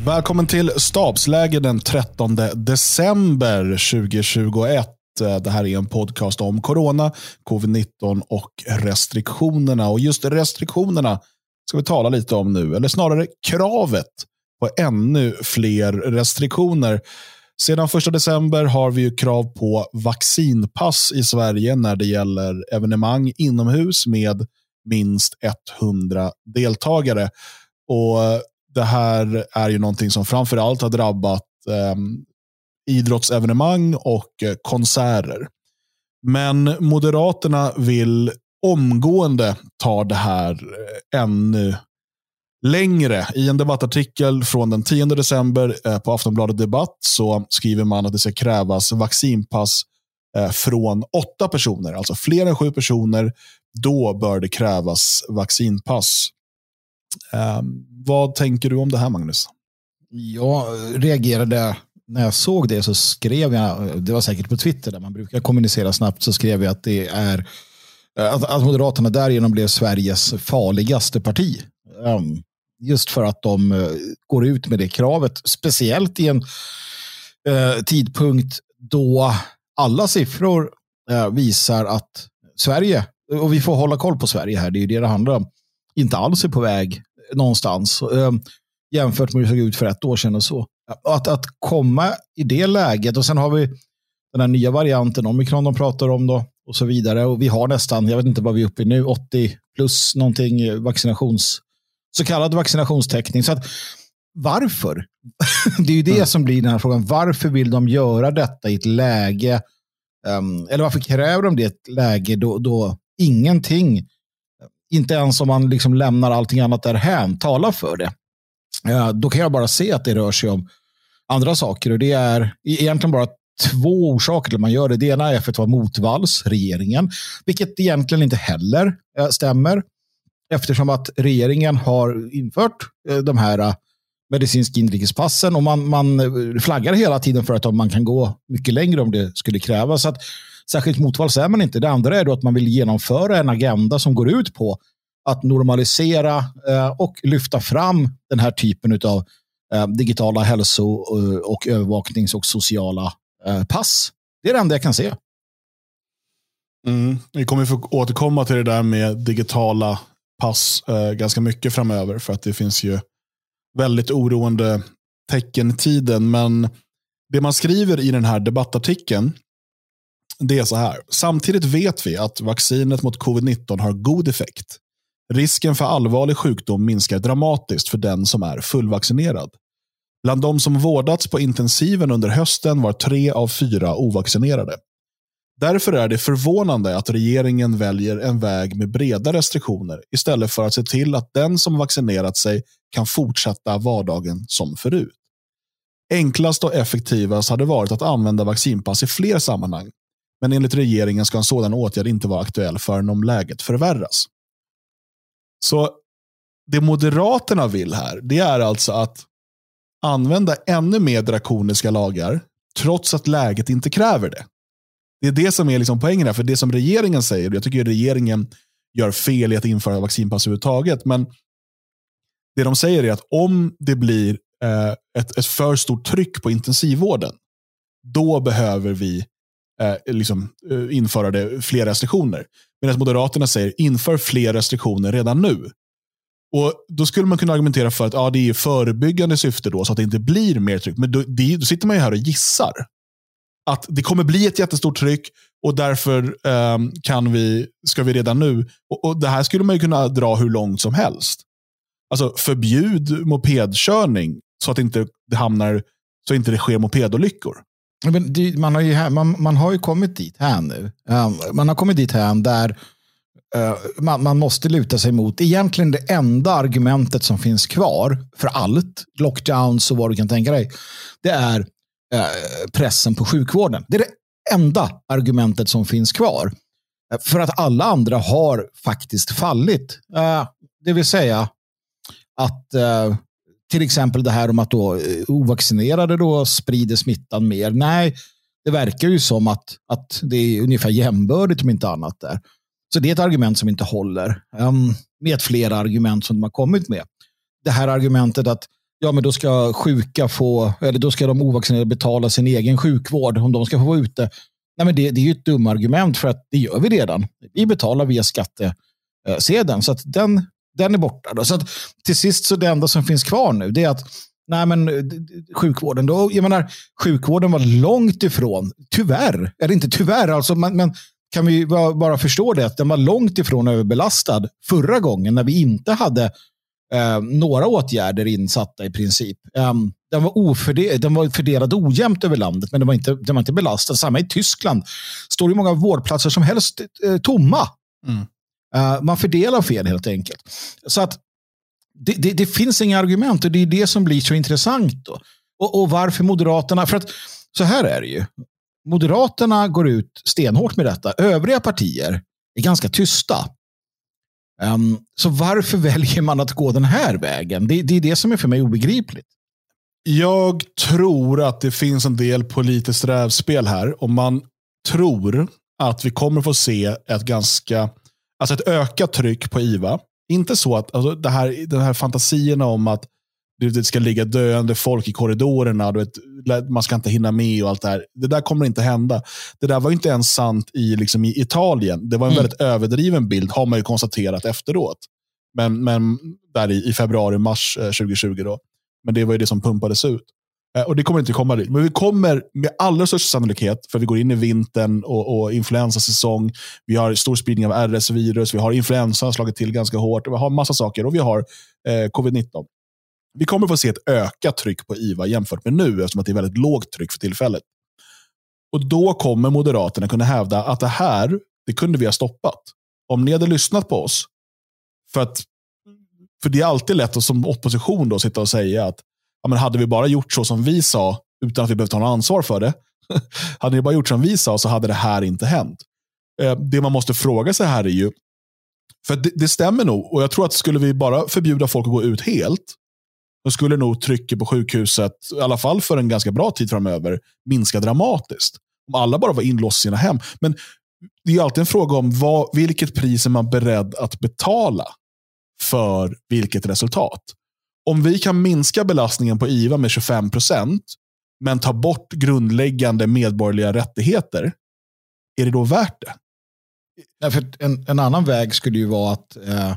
Välkommen till stabsläge den 13 december 2021. Det här är en podcast om corona, covid-19 och restriktionerna. Och just restriktionerna ska vi tala lite om nu. Eller snarare kravet på ännu fler restriktioner. Sedan 1 december har vi ju krav på vaccinpass i Sverige när det gäller evenemang inomhus med minst 100 deltagare. Och det här är ju någonting som framförallt har drabbat idrottsevenemang och konserter. Men Moderaterna vill omgående ta det här ännu längre. I en debattartikel från den 10 december på Aftonbladet Debatt så skriver man att det ska krävas vaccinpass från 8 personer, alltså fler än 7 personer. Då bör det krävas vaccinpass. Vad tänker du om det här, Magnus? Jag reagerade när jag såg det, så skrev jag, det var säkert på Twitter där man brukar kommunicera snabbt, så skrev jag att det är att Moderaterna därigenom blev Sveriges farligaste parti. Just för att de går ut med det kravet, speciellt i en tidpunkt då alla siffror visar att Sverige, och vi får hålla koll på Sverige här, det är ju det handlar om, inte alls är på väg någonstans jämfört med hur det såg ut för 1 år sedan och så. Att komma i det läget, och sen har vi den här nya varianten omikron de pratar om då och så vidare, och vi har nästan, jag vet inte vad vi är uppe i nu, 80 plus någonting så kallad vaccinationstäckning. Så att varför? Det är ju det som blir den här frågan. Varför vill de göra detta i ett läge, eller varför kräver de det i ett läge då ingenting, inte ens om man liksom lämnar allting annat därhän, talar för det. Då kan jag bara se att det rör sig om andra saker, och det är egentligen bara 2 orsaker till att man gör det. Det ena är för att vara motvalls regeringen, vilket egentligen inte heller stämmer, eftersom att regeringen har infört de här medicinska inrikespassen, och man flaggar hela tiden för att man kan gå mycket längre om det skulle krävas. Så att särskilt motvalls är man inte. Det andra är då att man vill genomföra en agenda som går ut på att normalisera och lyfta fram den här typen av digitala hälso- och övervaknings- och sociala pass. Det är det enda jag kan se. Vi kommer få återkomma till det där med digitala pass ganska mycket framöver, för att det finns ju väldigt oroande tecken i tiden. Men det man skriver i den här debattartikeln, det är så här: samtidigt vet vi att vaccinet mot covid-19 har god effekt. Risken för allvarlig sjukdom minskar dramatiskt för den som är fullvaccinerad. Bland de som vårdats på intensiven under hösten var 3 av 4 ovaccinerade. Därför är det förvånande att regeringen väljer en väg med breda restriktioner istället för att se till att den som vaccinerat sig kan fortsätta vardagen som förut. Enklast och effektivast hade varit att använda vaccinpass i fler sammanhang, men enligt regeringen ska en sådan åtgärd inte vara aktuell förrän om läget förvärras. Så det Moderaterna vill här, det är alltså att använda ännu mer drakoniska lagar trots att läget inte kräver det. Det är det som är liksom poängen här, för det som regeringen säger, jag tycker regeringen gör fel i att införa vaccinpass överhuvudtaget, men det de säger är att om det blir ett för stort tryck på intensivvården, då behöver vi införa det fler restriktioner. Medan Moderaterna säger inför fler restriktioner redan nu. Och då skulle man kunna argumentera för att det är förebyggande syfte då, så att det inte blir mer tryck. Men då sitter man ju här och gissar att det kommer bli ett jättestort tryck, och därför ska vi redan nu. Och det här skulle man ju kunna dra hur långt som helst. Alltså förbjud mopedkörning så att inte det sker mopedolyckor. Men man har ju kommit dit här nu. Man har kommit dit här där man måste luta sig mot egentligen det enda argumentet som finns kvar för allt, lockdowns och vad du kan tänka dig, det är pressen på sjukvården. Det är det enda argumentet som finns kvar. För att alla andra har faktiskt fallit. Det vill säga att till exempel det här om att då ovaccinerade då sprider smittan mer. Nej, det verkar ju som att det är ungefär jämbördigt om inte annat där. Så det är ett argument som inte håller. Med flera argument som de har kommit med. Det här argumentet att ja, men då ska sjuka då ska de ovaccinerade betala sin egen sjukvård om de ska få vara ute. Nej, men det är ju ett dumt argument, för att det gör vi redan. Vi betalar via skattesedeln, så att den är borta. Då. Så att till sist så det enda som finns kvar nu, det är att sjukvården då, jag menar, sjukvården var långt ifrån, tyvärr, eller inte tyvärr alltså, men kan vi bara förstå det, att den var långt ifrån överbelastad förra gången när vi inte hade några åtgärder insatta i princip. Den var fördelad ojämnt över landet, men den var inte belastad. Samma i Tyskland. Står det många vårdplatser som helst tomma. Man fördelar fel helt enkelt. Så att det finns inga argument, och det är det som blir så intressant då. Och varför Moderaterna? För att så här är det ju. Moderaterna går ut stenhårt med detta. Övriga partier är ganska tysta. Så varför väljer man att gå den här vägen? Det är det som är för mig obegripligt. Jag tror att det finns en del politiskt rävspel här. Om man tror att vi kommer få se ett ökat tryck på IVA. Inte så att den här fantasierna om att det ska ligga döende folk i korridorerna, man ska inte hinna med och allt det här. Det där kommer inte hända. Det där var inte ens sant i Italien. Det var en väldigt överdriven bild, har man ju konstaterat efteråt. Men där i februari-mars 2020 då. Men det var ju det som pumpades ut. Och det kommer inte komma dit. Men vi kommer med allra största sannolikhet, för vi går in i vintern och influensasäsong. Vi har stor spridning av RS-virus. Vi har influensan slagit till ganska hårt. Vi har massa saker, och vi har covid-19. Vi kommer få se ett ökat tryck på IVA jämfört med nu, eftersom att det är väldigt lågt tryck för tillfället. Och då kommer Moderaterna kunna hävda att det kunde vi ha stoppat. Om ni hade lyssnat på oss. För det är alltid lätt att som opposition då sitta och säga att men hade vi bara gjort så som vi sa, utan att vi behövde ta något ansvar för det. Hade ni bara gjort som vi sa, så hade det här inte hänt. Det man måste fråga sig här är ju, för det stämmer nog, och jag tror att skulle vi bara förbjuda folk att gå ut helt, då skulle nog trycket på sjukhuset, i alla fall för en ganska bra tid framöver, minska dramatiskt. Om alla bara var inlåsta i sina hem. Men det är alltid en fråga om vilket pris är man beredd att betala för vilket resultat. Om vi kan minska belastningen på IVA med 25%, men ta bort grundläggande medborgerliga rättigheter, är det då värt det? Ja, för en annan väg skulle ju vara att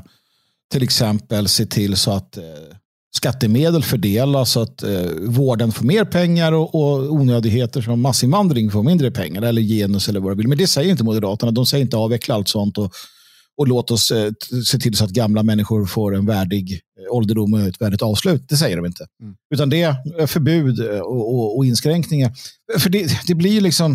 till exempel se till så att skattemedel fördelas, så att vården får mer pengar och onödigheter som massinvandring får mindre pengar, eller genus eller vad det vill. Men det säger inte Moderaterna. De säger inte avveckla allt sånt och låt oss se till så att gamla människor får en värdig ålderdom och ett värdigt avslut. Det säger de inte. Utan det är förbud och inskränkningar. För det blir liksom,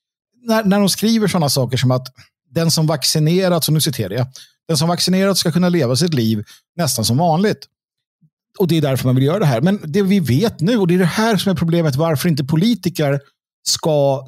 när de skriver sådana saker som att den som vaccinerat, så nu citerar jag, den som vaccinerat ska kunna leva sitt liv nästan som vanligt. Och det är därför man vill göra det här. Men det vi vet nu, och det är det här som är problemet, varför inte politiker ska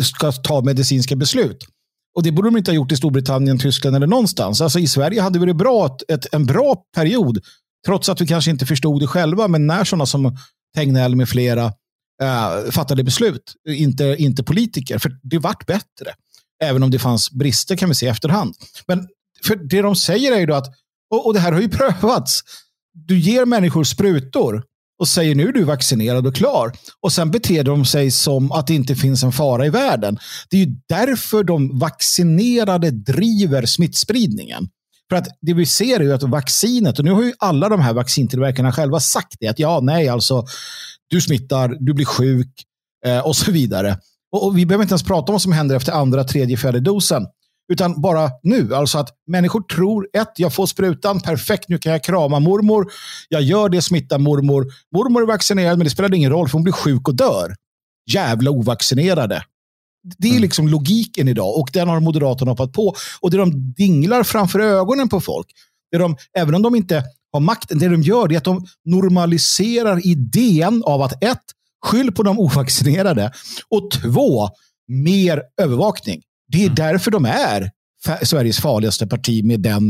ta medicinska beslut. Och det borde de inte ha gjort i Storbritannien, Tyskland eller någonstans. Alltså i Sverige hade vi det bra, en bra period, trots att vi kanske inte förstod det själva, men när sådana som Tegnell med flera fattade beslut, inte politiker, för det vart bättre. Även om det fanns brister kan vi se i efterhand. Men för det de säger är ju då att, och det här har ju prövats, du ger människor sprutor och säger nu är du vaccinerad och klar. Och sen beter de sig som att det inte finns en fara i världen. Det är ju därför de vaccinerade driver smittspridningen. För att det vi ser är ju att vaccinet, och nu har ju alla de här vaccintillverkarna själva sagt det, att du smittar, du blir sjuk och så vidare. Och vi behöver inte ens prata om vad som händer efter andra, tredje, fjärde dosen. Utan bara nu, alltså att människor tror jag får sprutan, perfekt, nu kan jag krama mormor. Jag gör det, smittar mormor. Mormor är vaccinerad, men det spelar ingen roll för hon blir sjuk och dör. Jävla ovaccinerade. Det är liksom logiken idag, och den har Moderaterna hoppat på. Och det de dinglar framför ögonen på folk, även om de inte har makten, det de gör är att de normaliserar idén av att 1. Skyll på de ovaccinerade, och 2. Mer övervakning. Det är därför de är Sveriges farligaste parti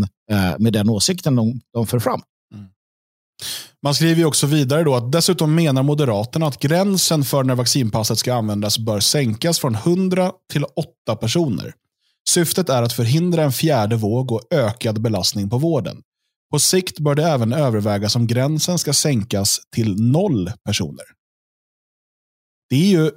med den åsikten de för fram. Man skriver ju också vidare då att dessutom menar Moderaterna att gränsen för när vaccinpasset ska användas bör sänkas från 100 till 8 personer. Syftet är att förhindra en fjärde våg och ökad belastning på vården. På sikt bör det även övervägas om gränsen ska sänkas till 0 personer. Det är ju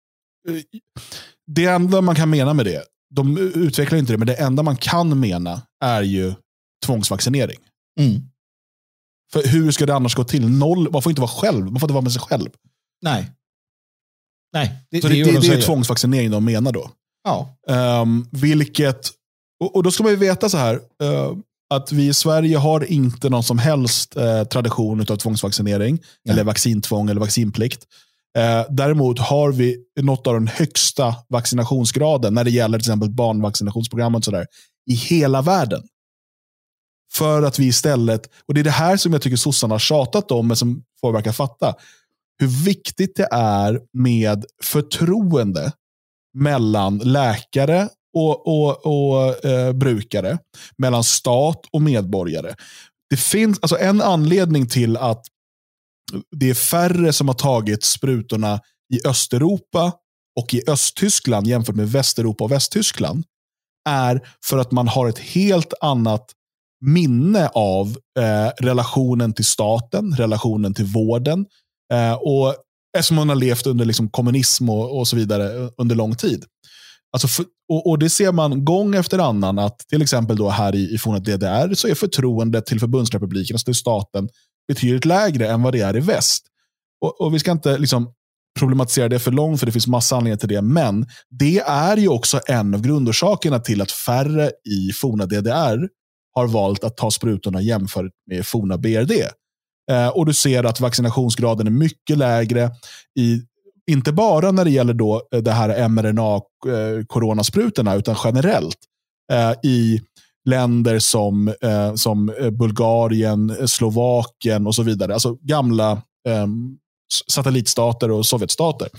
det enda man kan mena med det. De utvecklar inte det, men det enda man kan mena är ju tvångsvaccinering. För hur ska det annars gå till? 0, man får inte vara själv. Man får inte vara med sig själv. Nej. Det är tvångsvaccinering de menar då. Ja. Vilket, och då ska man ju veta så här, att vi i Sverige har inte någon som helst tradition av tvångsvaccinering eller vaccintvång eller vaccinplikt. Däremot har vi något av den högsta vaccinationsgraden när det gäller till exempel barnvaccinationsprogrammet så där, i hela världen. För att vi istället, och det är det här som jag tycker sossarna har tjatat om, men som folk verkar fatta, hur viktigt det är med förtroende mellan läkare och brukare, mellan stat och medborgare. Det finns alltså en anledning till att det är färre som har tagit sprutorna i Östeuropa och i Östtyskland jämfört med Västeuropa och Västtyskland är för att man har ett helt annat minne av relationen till staten, relationen till vården och eftersom man har levt under liksom kommunism och så vidare under lång tid. Alltså och det ser man gång efter annan att till exempel då här i forna DDR så är förtroendet till förbundsrepubliken, alltså till staten, betydligt lägre än vad det är i väst. Och vi ska inte liksom problematisera det för långt, för det finns massa anledningar till det, men det är ju också en av grundorsakerna till att färre i forna DDR har valt att ta sprutorna jämfört med forna BRD. Och du ser att vaccinationsgraden är mycket lägre inte bara när det gäller då det här mRNA-coronasprutorna utan generellt i länder som Bulgarien, Slovakien och så vidare. Alltså gamla satellitstater och sovjetstater.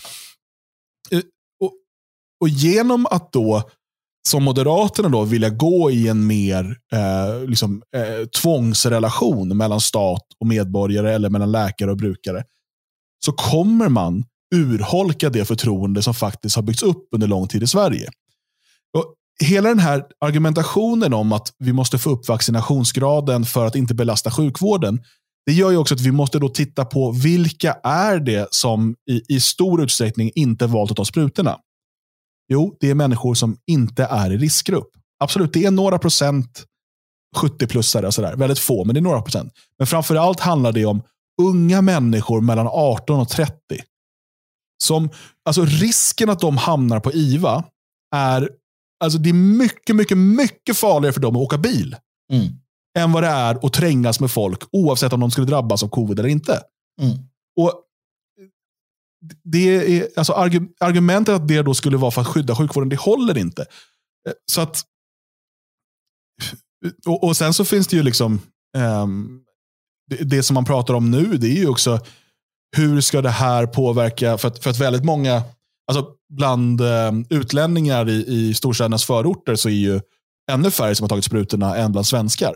Och genom att då som Moderaterna då vilja gå i en mer tvångsrelation mellan stat och medborgare eller mellan läkare och brukare, så kommer man urholka det förtroende som faktiskt har byggts upp under lång tid i Sverige. Och hela den här argumentationen om att vi måste få upp vaccinationsgraden för att inte belasta sjukvården, det gör ju också att vi måste då titta på vilka är det som i stor utsträckning inte valt att ta sprutorna. Jo, det är människor som inte är i riskgrupp. Absolut, det är några procent 70-plussare och sådär. Väldigt få, men det är några procent. Men framförallt handlar det om unga människor mellan 18 och 30. Alltså risken att de hamnar på IVA är, alltså det är mycket, mycket, mycket farligare för dem att åka bil än vad det är att trängas med folk oavsett om de skulle drabbas av covid eller inte. Och det är, alltså argumentet att det då skulle vara för att skydda sjukvården, det håller inte. Så att och sen så finns det ju liksom det som man pratar om nu, det är ju också hur ska det här påverka, för att väldigt många, alltså bland utlänningar i storstädernas förorter så är ju ännu färre som har tagit sprutorna än bland svenskar.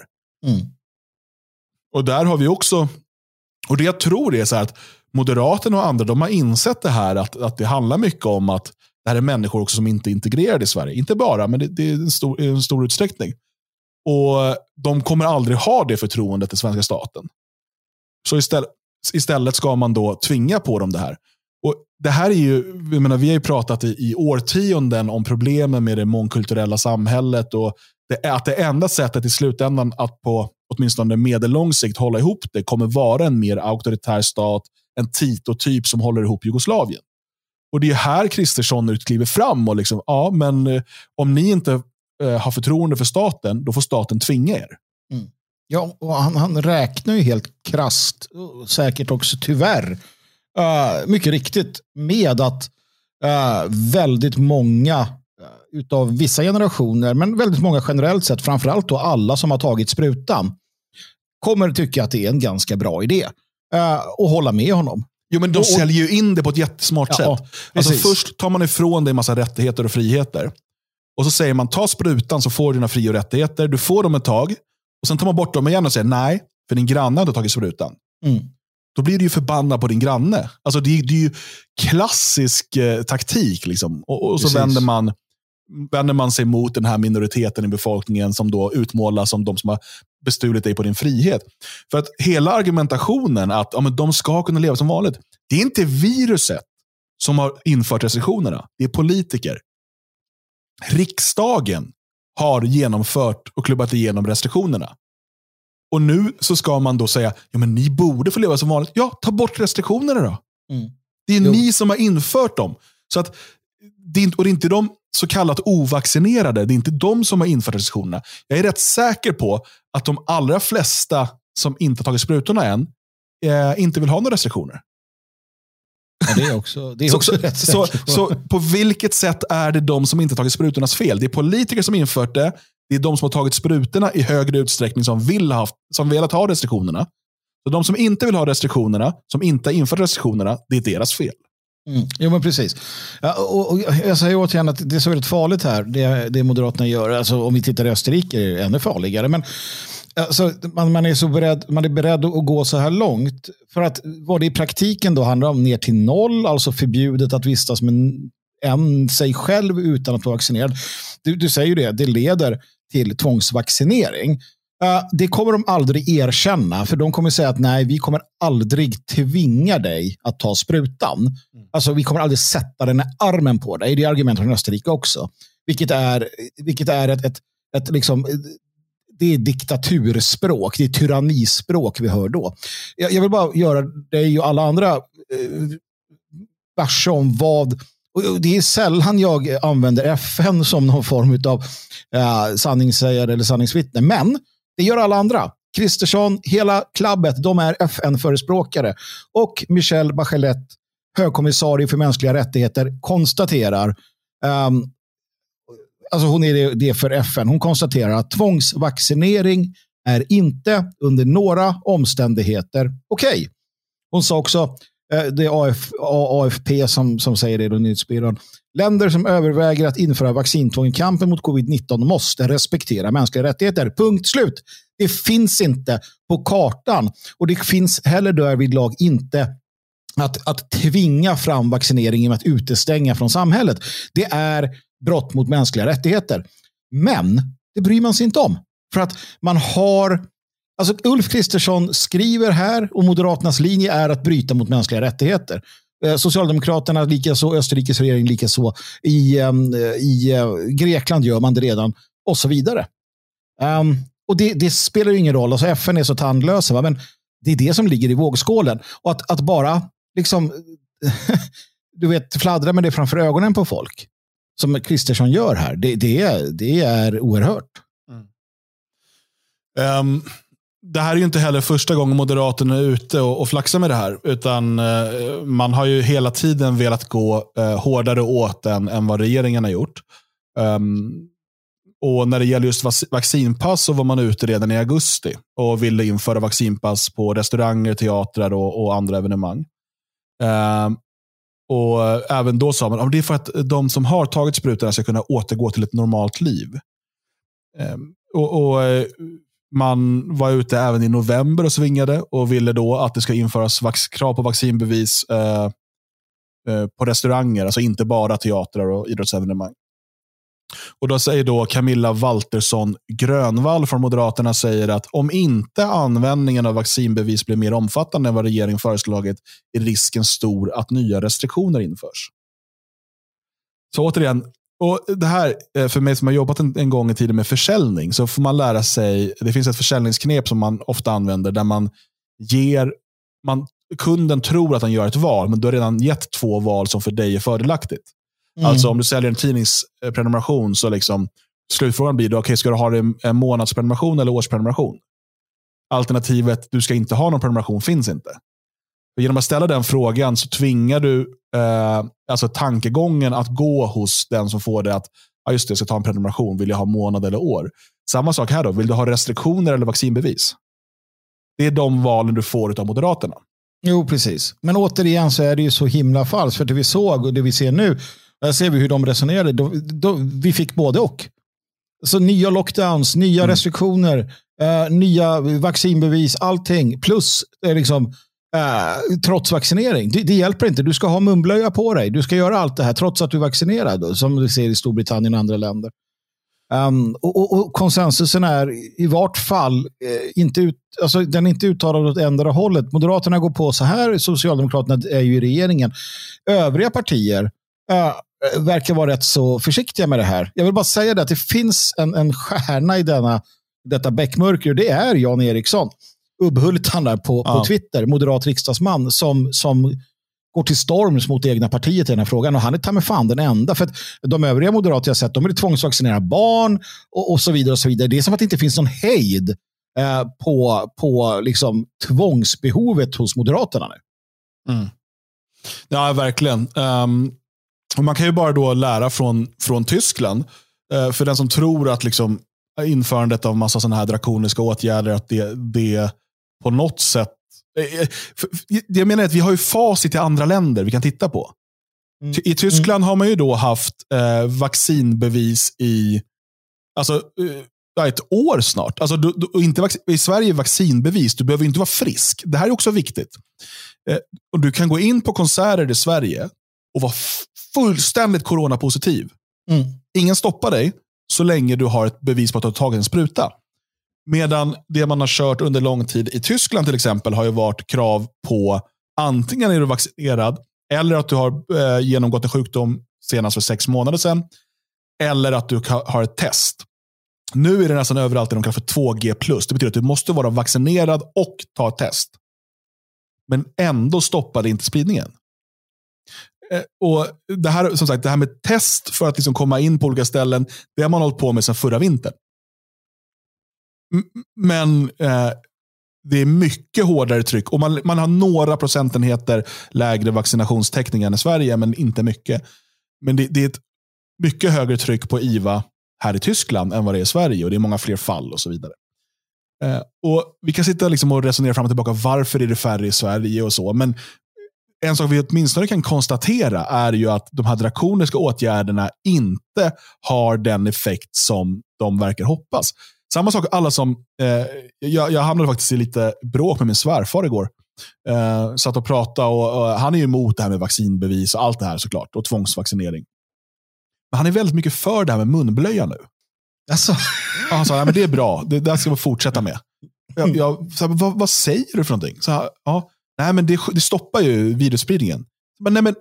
Och där har vi också, och det jag tror det är så här att Moderaterna och andra, de har insett det här att det handlar mycket om att det här är människor också som inte är integrerade i Sverige. Inte bara, men det är en stor utsträckning. Och de kommer aldrig ha det förtroendet till svenska staten. Så istället ska man då tvinga på dem det här. Och det här är ju, jag menar, vi har ju pratat i årtionden om problemen med det mångkulturella samhället och att det enda sättet i slutändan att på åtminstone medellång sikt hålla ihop det kommer vara en mer auktoritär stat, en Tito-typ som håller ihop Jugoslavien. Och det är här Kristersson kliver fram och liksom, ja, men om ni inte har förtroende för staten, då får staten tvinga er. Ja, och han räknar ju helt krasst, säkert också tyvärr, mycket riktigt med att väldigt många utav vissa generationer, men väldigt många generellt sett, framförallt då alla som har tagit sprutan, kommer tycka att det är en ganska bra idé och hålla med honom. Jo, men de säljer ju in det på ett jättesmart sätt. Alltså först tar man ifrån dig en massa rättigheter och friheter. Och så säger man, ta sprutan så får du dina fri- och rättigheter. Du får dem ett tag. Och sen tar man bort dem igen och säger, nej, för din granne har tagit sprutan. Då blir du ju förbannad på din granne. Alltså det är ju klassisk taktik liksom. Och så vänder man sig mot den här minoriteten i befolkningen som då utmålas som de som har bestulit dig på din frihet. För att hela argumentationen att men de ska kunna leva som vanligt. Det är inte viruset som har infört restriktionerna. Det är politiker. Riksdagen har genomfört och klubbat igenom restriktionerna. Och nu så ska man då säga, men ni borde få leva som vanligt. Ja, ta bort restriktionerna då. Det är ni som har infört dem. Så att det är inte de så kallat ovaccinerade, det är inte de som har infört restriktionerna. Jag är rätt säker på att de allra flesta som inte tagit sprutorna än inte vill ha några restriktioner. Ja, det är också rätt säkert. Så på vilket sätt är det de som inte tagit sprutornas fel? Det är politiker som infört det. Det är de som har tagit sprutorna i högre utsträckning som velat ha restriktionerna. Så de som inte vill ha restriktionerna, som inte har infört restriktionerna, det är deras fel. Jo, men precis. Ja, och jag säger återigen att det är så väldigt farligt här, det Moderaterna gör. Alltså, om vi tittar i Österrike är det ännu farligare. Men alltså, man är beredd att gå så här långt. För att vad det i praktiken då handlar om ner till 0, alltså förbjudet att vistas med sig själv utan att vara vaccinerad. Du säger ju det leder till tvångsvaccinering. Det kommer de aldrig erkänna, för de kommer säga att nej, vi kommer aldrig tvinga dig att ta sprutan. Alltså vi kommer aldrig sätta den i armen på dig. Det är argument från Österrike också. Vilket är ett liksom, det är diktaturspråk, det är tyrannispråk vi hör då. Jag vill bara göra dig och alla andra varse om vad. Och det är sällan jag använder FN som någon form av sanningssägare eller sanningsvittne, men det gör alla andra. Kristersson, hela klabbet, de är FN-förespråkare. Och Michelle Bachelet, högkommissarie för mänskliga rättigheter, konstaterar, alltså hon är det för FN, hon konstaterar att tvångsvaccinering är inte under några omständigheter okej. Hon sa också, det är AFP som säger det i nyhetsbyrån. Länder som överväger att införa vaccintvång i kampen mot covid-19 måste respektera mänskliga rättigheter. Punkt slut. Det finns inte på kartan. Och det finns heller därvidlag inte att tvinga fram vaccinering genom att utestänga från samhället. Det är brott mot mänskliga rättigheter. Men det bryr man sig inte om. För att man har... Alltså Ulf Kristersson skriver här och Moderaternas linje är att bryta mot mänskliga rättigheter. Socialdemokraterna likaså, Österrikes regering likaså. I Grekland gör man det redan och så vidare. Och det spelar ju ingen roll. Alltså FN är så tandlösa, va? Men det är det som ligger i vågskålen. Och att bara liksom du vet, fladdra med det framför ögonen på folk som Kristersson gör här. Det är oerhört. Det här är ju inte heller första gången Moderaterna är ute och flaxar med det här, utan man har ju hela tiden velat gå hårdare åt än vad regeringen har gjort. Och när det gäller just vaccinpass så var man ute redan i augusti och ville införa vaccinpass på restauranger, teatrar och andra evenemang. Och även då sa man att det är för att de som har tagit sprutorna ska kunna återgå till ett normalt liv. Och man var ute även i november och svingade och ville då att det ska införas krav på vaccinbevis på restauranger, alltså inte bara teatrar och idrottsevenemang. Och då säger då Camilla Waltersson Grönvall från Moderaterna säger att om inte användningen av vaccinbevis blir mer omfattande än vad regeringen föreslagit är risken stor att nya restriktioner införs. Så återigen, och det här för mig som har jobbat en gång i tiden med försäljning, så får man lära sig, det finns ett försäljningsknep som man ofta använder där kunden tror att han gör ett val, men du har redan gett 2 val som för dig är fördelaktigt. Alltså om du säljer en tidningsprenumeration så liksom slutfrågan blir då, okej, ska du ha en månadsprenumeration eller årsprenumeration? Alternativet, du ska inte ha någon prenumeration, finns inte. Och genom att ställa den frågan så tvingar du alltså tankegången att gå hos den som får det att just det, jag ska ta en prenumeration, vill jag ha månad eller år? Samma sak här då, vill du ha restriktioner eller vaccinbevis? Det är de valen du får av Moderaterna. Jo, precis. Men återigen så är det ju så himla falskt, för det vi såg och det vi ser nu, där ser vi hur de resonerade. Vi fick både och. Så nya lockdowns, nya restriktioner, nya vaccinbevis, allting. Plus liksom, trots vaccinering. Det hjälper inte. Du ska ha munblöja på dig. Du ska göra allt det här trots att du är vaccinerad. Som vi ser i Storbritannien och andra länder. Och konsensusen är i vart fall den är inte uttalad åt ändra hållet. Moderaterna går på så här, Socialdemokraterna är ju i regeringen. Övriga partier verkar vara rätt så försiktiga med det här. Jag vill bara säga det att det finns en stjärna i detta bäckmörker. Det är Jan Eriksson. Ubbhultan där på Twitter, moderat riksdagsman som går till storms mot egna partiet i den här frågan. Och han är ta med fan den enda. För att de övriga moderater jag sett, de vill tvångsvaccinera barn och så vidare och så vidare. Det är som att det inte finns någon hejd på liksom tvångsbehovet hos moderaterna nu. Mm. Ja, verkligen. Och man kan ju bara då lära från Tyskland. För den som tror att liksom införandet av massa sådana här drakoniska åtgärder, att det på något sätt... Jag menar att vi har ju facit i andra länder vi kan titta på. I Tyskland har man ju då haft vaccinbevis i ett år snart. Alltså, inte i Sverige vaccinbevis, du behöver inte vara frisk. Det här är också viktigt. Och du kan gå in på konserter i Sverige och vara fullständigt coronapositiv. Ingen stoppar dig så länge du har ett bevis på att du har tagit en spruta. Medan det man har kört under lång tid i Tyskland till exempel har ju varit krav på antingen är du vaccinerad eller att du har genomgått en sjukdom senast för 6 månader sedan eller att du har ett test. Nu är det nästan överallt det de kallar för 2G+. Det betyder att du måste vara vaccinerad och ta ett test. Men ändå stoppar det inte spridningen. Och det här, som sagt, det här med test för att liksom komma in på olika ställen, det har man hållit på med sedan förra vintern. Men det är mycket hårdare tryck och man har några procentenheter lägre vaccinationstäckning än i Sverige, men inte mycket. Men det är ett mycket högre tryck på IVA här i Tyskland än vad det är i Sverige och det är många fler fall och så vidare. Och vi kan sitta liksom och resonera fram och tillbaka, varför är det färre i Sverige och så, men en sak vi åtminstone kan konstatera är ju att de här drakoniska åtgärderna inte har den effekt som de verkar hoppas. Samma sak alla som... jag hamnade faktiskt i lite bråk med min svärfar igår. Satt och pratade och han är ju emot det här med vaccinbevis och allt det här såklart. Och tvångsvaccinering. Men han är väldigt mycket för det här med munblöja nu. Alltså. Han sa, men det är bra. Det där ska vi fortsätta med. Vad säger du för någonting? Så, nej, men det stoppar ju virusspridningen. Men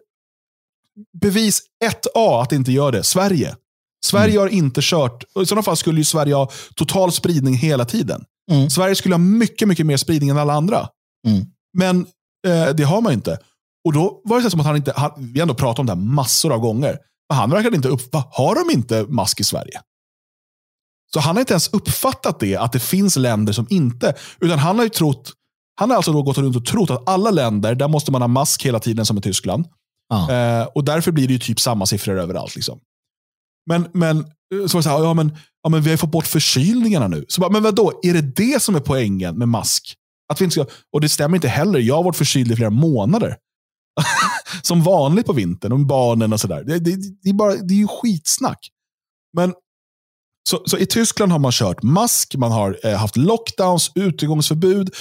bevis 1A att det inte gör det. Sverige har inte kört, i sådana fall skulle ju Sverige ha total spridning hela tiden. Sverige skulle ha mycket, mycket mer spridning än alla andra. Men det har man inte. Och då var det så som att han inte, vi har ändå pratat om det här massor av gånger, men han verkade inte har de inte mask i Sverige? Så han har inte ens uppfattat det, att det finns länder som inte, utan han har alltså då gått runt och trott att alla länder, där måste man ha mask hela tiden som i Tyskland. Och därför blir det ju typ samma siffror överallt liksom. Men så var det så här, men vi har fått bort förkylningarna nu. Så bara, men vadå, är det som är poängen med mask? Att vi inte ska, och det stämmer inte heller. Jag har varit förkyld i flera månader. Som vanligt på vintern, och barnen och sådär. Det är ju skitsnack. Men så i Tyskland har man kört mask, man har haft lockdowns, utegångsförbud,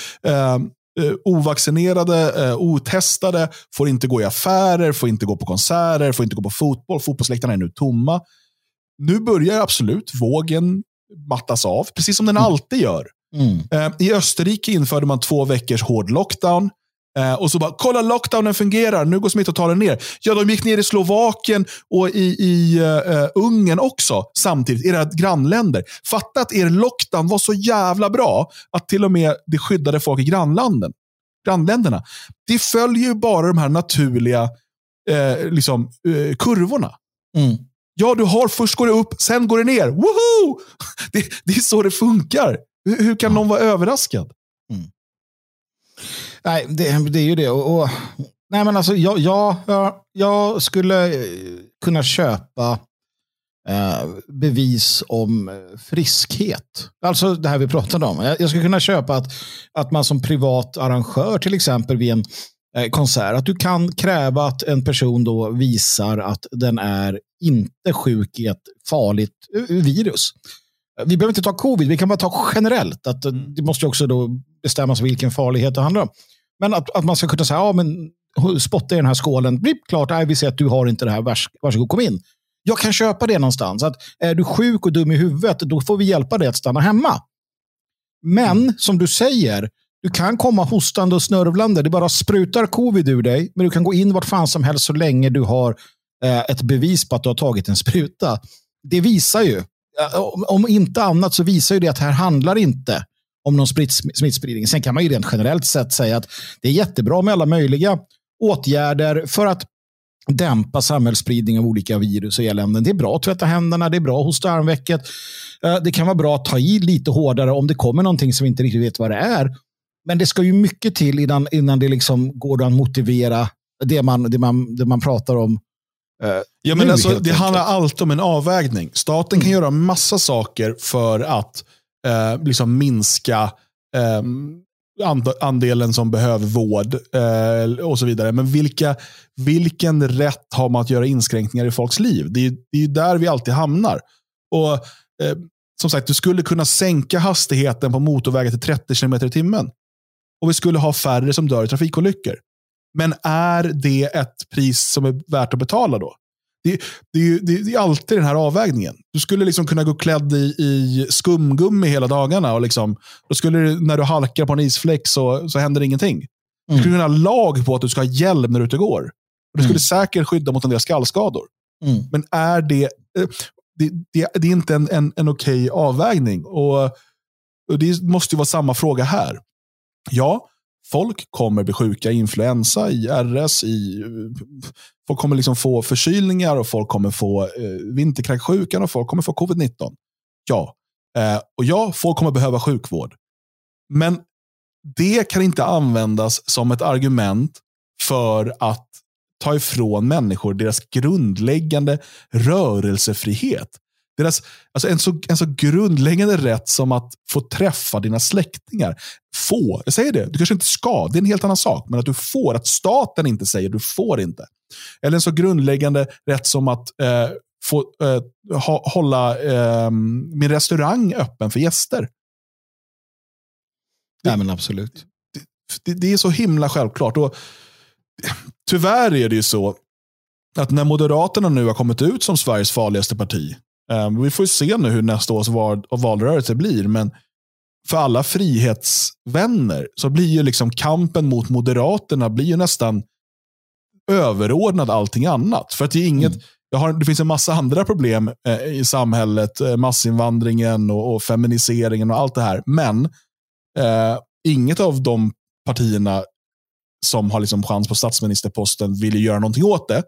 ovaccinerade, otestade får inte gå i affärer, får inte gå på konserter, får inte gå på fotboll. Fotbollsläktarna är nu tomma. Nu börjar absolut vågen mattas av, precis som den alltid gör. I Österrike införde man 2 veckors hård lockdown. Och så bara, kolla, lockdownen fungerar, nu går smittotalen ner. Ja, de gick ner i Slovakien och i Ungern också samtidigt, era grannländer. Fatta att er lockdown var så jävla bra att till och med det skyddade folk i grannländerna. Det följer ju bara de här naturliga kurvorna. Ja, först går det upp, sen går det ner. Woohoo! Det är så det funkar. Hur kan någon vara överraskad? Nej, det är ju det. Nej, men alltså, jag skulle kunna köpa bevis om friskhet. Alltså det här vi pratade om. Jag skulle kunna köpa att man som privat arrangör till exempel vid en konsert, att du kan kräva att en person då visar att den är inte sjuk i ett farligt virus. Vi behöver inte ta covid, vi kan bara ta generellt. Att det måste också då bestämmas vilken farlighet det handlar om. Men att man ska kunna säga, men spotta i den här skålen, blir klart, vi ser att du har inte det här, varsågod, kom in. Jag kan köpa det någonstans. Att är du sjuk och dum i huvudet, då får vi hjälpa dig att stanna hemma. Men som du säger, du kan komma hostande och snörvlande. Det bara sprutar covid ur dig. Men du kan gå in vart fan som helst så länge du har ett bevis på att du har tagit en spruta. Det visar ju, om inte annat så visar ju det att här handlar inte om någon smittspridning. Sen kan man ju rent generellt sett säga att det är jättebra med alla möjliga åtgärder för att dämpa samhällsspridning av olika virus och eländen. Det är bra att tvätta händerna, det är bra att hosta armvecket. Det kan vara bra att ta i lite hårdare om det kommer någonting som vi inte riktigt vet vad det är. Men det ska ju mycket till innan det liksom går att motivera det man pratar om. Ja, men alltså, det handlar alltid om en avvägning. Staten kan göra massa saker för att liksom minska andelen som behöver vård och så vidare. Men vilken rätt har man att göra inskränkningar i folks liv? Det är ju där vi alltid hamnar. Och som sagt, du skulle kunna sänka hastigheten på motorvägar till 30 km i timmen. Och vi skulle ha färre som dör i trafikolyckor. Men är det ett pris som är värt att betala då? Det är alltid den här avvägningen. Du skulle liksom kunna gå klädd i skumgummi hela dagarna och liksom, då skulle det, när du halkar på en isfläck så händer ingenting. Du skulle kunna ha lag på att du ska ha hjälm när du ute går. Och det skulle säkert skydda mot en del skallskador. Men är det är inte en okej avvägning. Och det måste ju vara samma fråga här. Ja, folk kommer bli sjuka i influensa, i RS, folk kommer liksom få förkylningar och folk kommer få vinterkräksjukan och folk kommer få covid-19. Ja, och ja, folk kommer behöva sjukvård. Men det kan inte användas som ett argument för att ta ifrån människor deras grundläggande rörelsefrihet. Alltså en så grundläggande rätt som att få träffa dina släktingar. Jag säger det, du kanske inte ska, det är en helt annan sak, men att du får, att staten inte säger du får inte. Eller en så grundläggande rätt som att få hålla min restaurang öppen för gäster. Nej, men absolut. Det är så himla självklart. Och tyvärr är det ju så att när Moderaterna nu har kommit ut som Sveriges farligaste parti, vi får ju se nu hur nästa års valrörelse blir, men för alla frihetsvänner så blir ju liksom kampen mot Moderaterna blir ju nästan överordnad allting annat. För att det är inget, det finns en massa andra problem i samhället, massinvandringen och feminiseringen och allt det här, men inget av de partierna som har liksom chans på statsministerposten vill ju göra någonting åt det.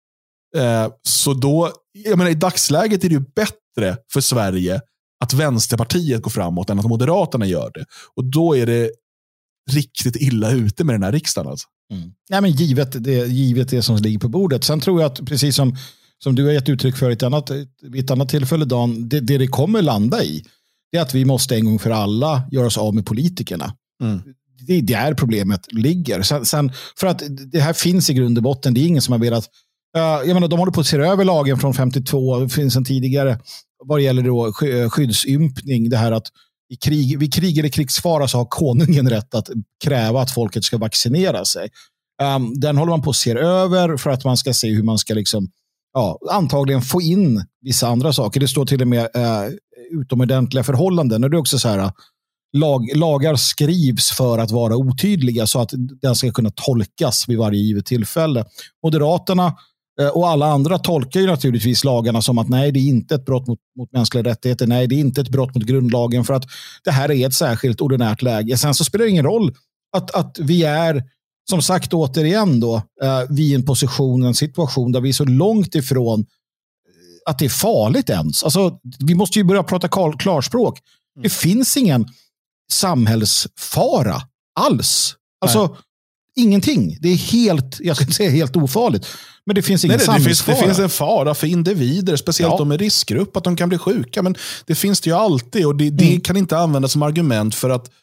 Så då, jag menar, i dagsläget är det ju bättre för Sverige att Vänsterpartiet går framåt än att Moderaterna gör det. Och då är det riktigt illa ute med den här riksdagen alltså. Ja, men givet det som ligger på bordet. Sen tror jag att precis som du har gett uttryck för vid ett annat tillfälle, Dan, det kommer landa i, det är att vi måste en gång för alla göra oss av med politikerna. Det är där problemet ligger. Sen, för att det här finns i grund och botten, det är ingen som har velat. Jag menar, de håller på att se över lagen från 52, det finns en tidigare vad gäller då skyddsympning, det här att vid krig eller krigsfara så har konungen rätt att kräva att folket ska vaccinera sig. Den håller man på att se över för att man ska se hur man ska liksom, antagligen få in vissa andra saker. Det står till och med utomordentliga förhållanden, och det är också så här, lagar skrivs för att vara otydliga så att den ska kunna tolkas vid varje givet tillfälle. Moderaterna och alla andra tolkar ju naturligtvis lagarna som att nej, det är inte ett brott mot mänskliga rättigheter, nej, det är inte ett brott mot grundlagen, för att det här är ett särskilt ordinärt läge. Sen så spelar det ingen roll att vi är, som sagt återigen då, vi är i en situation där vi är så långt ifrån att det är farligt ens. Alltså, vi måste ju börja prata klarspråk. Det finns ingen samhällsfara alls. Alltså, ingenting. Det är helt, jag ska inte säga helt ofarligt, men det finns ingen samhällsfara. Det finns en fara för individer, speciellt de i riskgrupp, att de kan bli sjuka, men det finns det ju alltid, och det kan inte användas som argument för att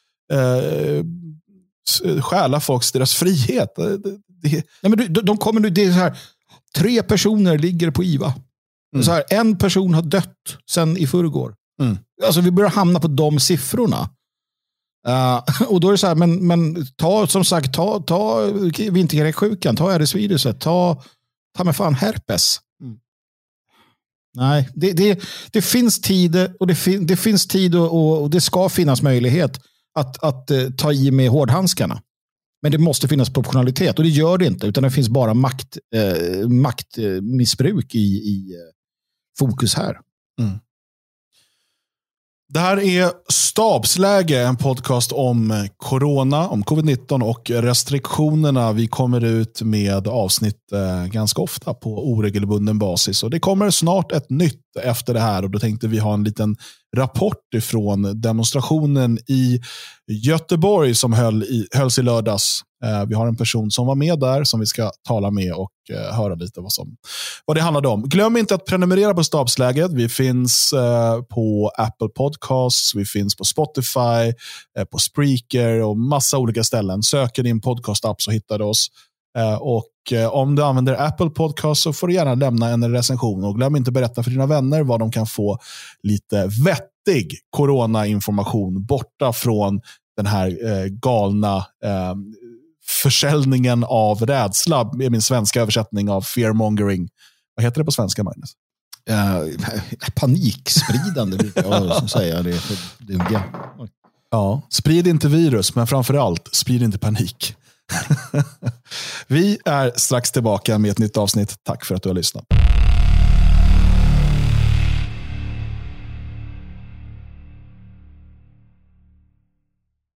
stjäla deras frihet. Nej, men de kommer, det är så här, 3 personer ligger på IVA. Så här, 1 person har dött sen i förrgår. Alltså vi börjar hamna på de siffrorna. Och då är det så här, men ta som sagt, ta vinterkräksjukan, ta RS-viruset, ta med fan herpes. Nej, det finns tid och det finns tid och det ska finnas möjlighet att ta i med hårdhandskarna. Men det måste finnas proportionalitet och det gör det inte, utan det finns bara maktmissbruk i fokus här. Mm. Det här är Stabsläge, en podcast om corona, om covid-19 och restriktionerna. Vi kommer ut med avsnitt ganska ofta på oregelbunden basis. Och det kommer snart ett nytt efter det här. Och då tänkte vi ha en liten rapport ifrån demonstrationen i Göteborg som hölls i lördags. Vi har en person som var med där som vi ska tala med och höra lite vad det handlade om. Glöm inte att prenumerera på Stabsläget. Vi finns på Apple Podcasts, vi finns på Spotify, på Spreaker och massa olika ställen. Söker din podcast-app så hittar du oss. Och om du använder Apple Podcast så får du gärna lämna en recension. Och glöm inte att berätta för dina vänner vad de kan få lite vettig corona-information borta från den här galna försäljningen av rädsla, med min svenska översättning av fearmongering. Vad heter det på svenska, Magnus? Panikspridande brukar jag säga det för duga. Ja, sprid inte virus, men framförallt sprid inte panik. Vi är strax tillbaka med ett nytt avsnitt. Tack för att du har lyssnat.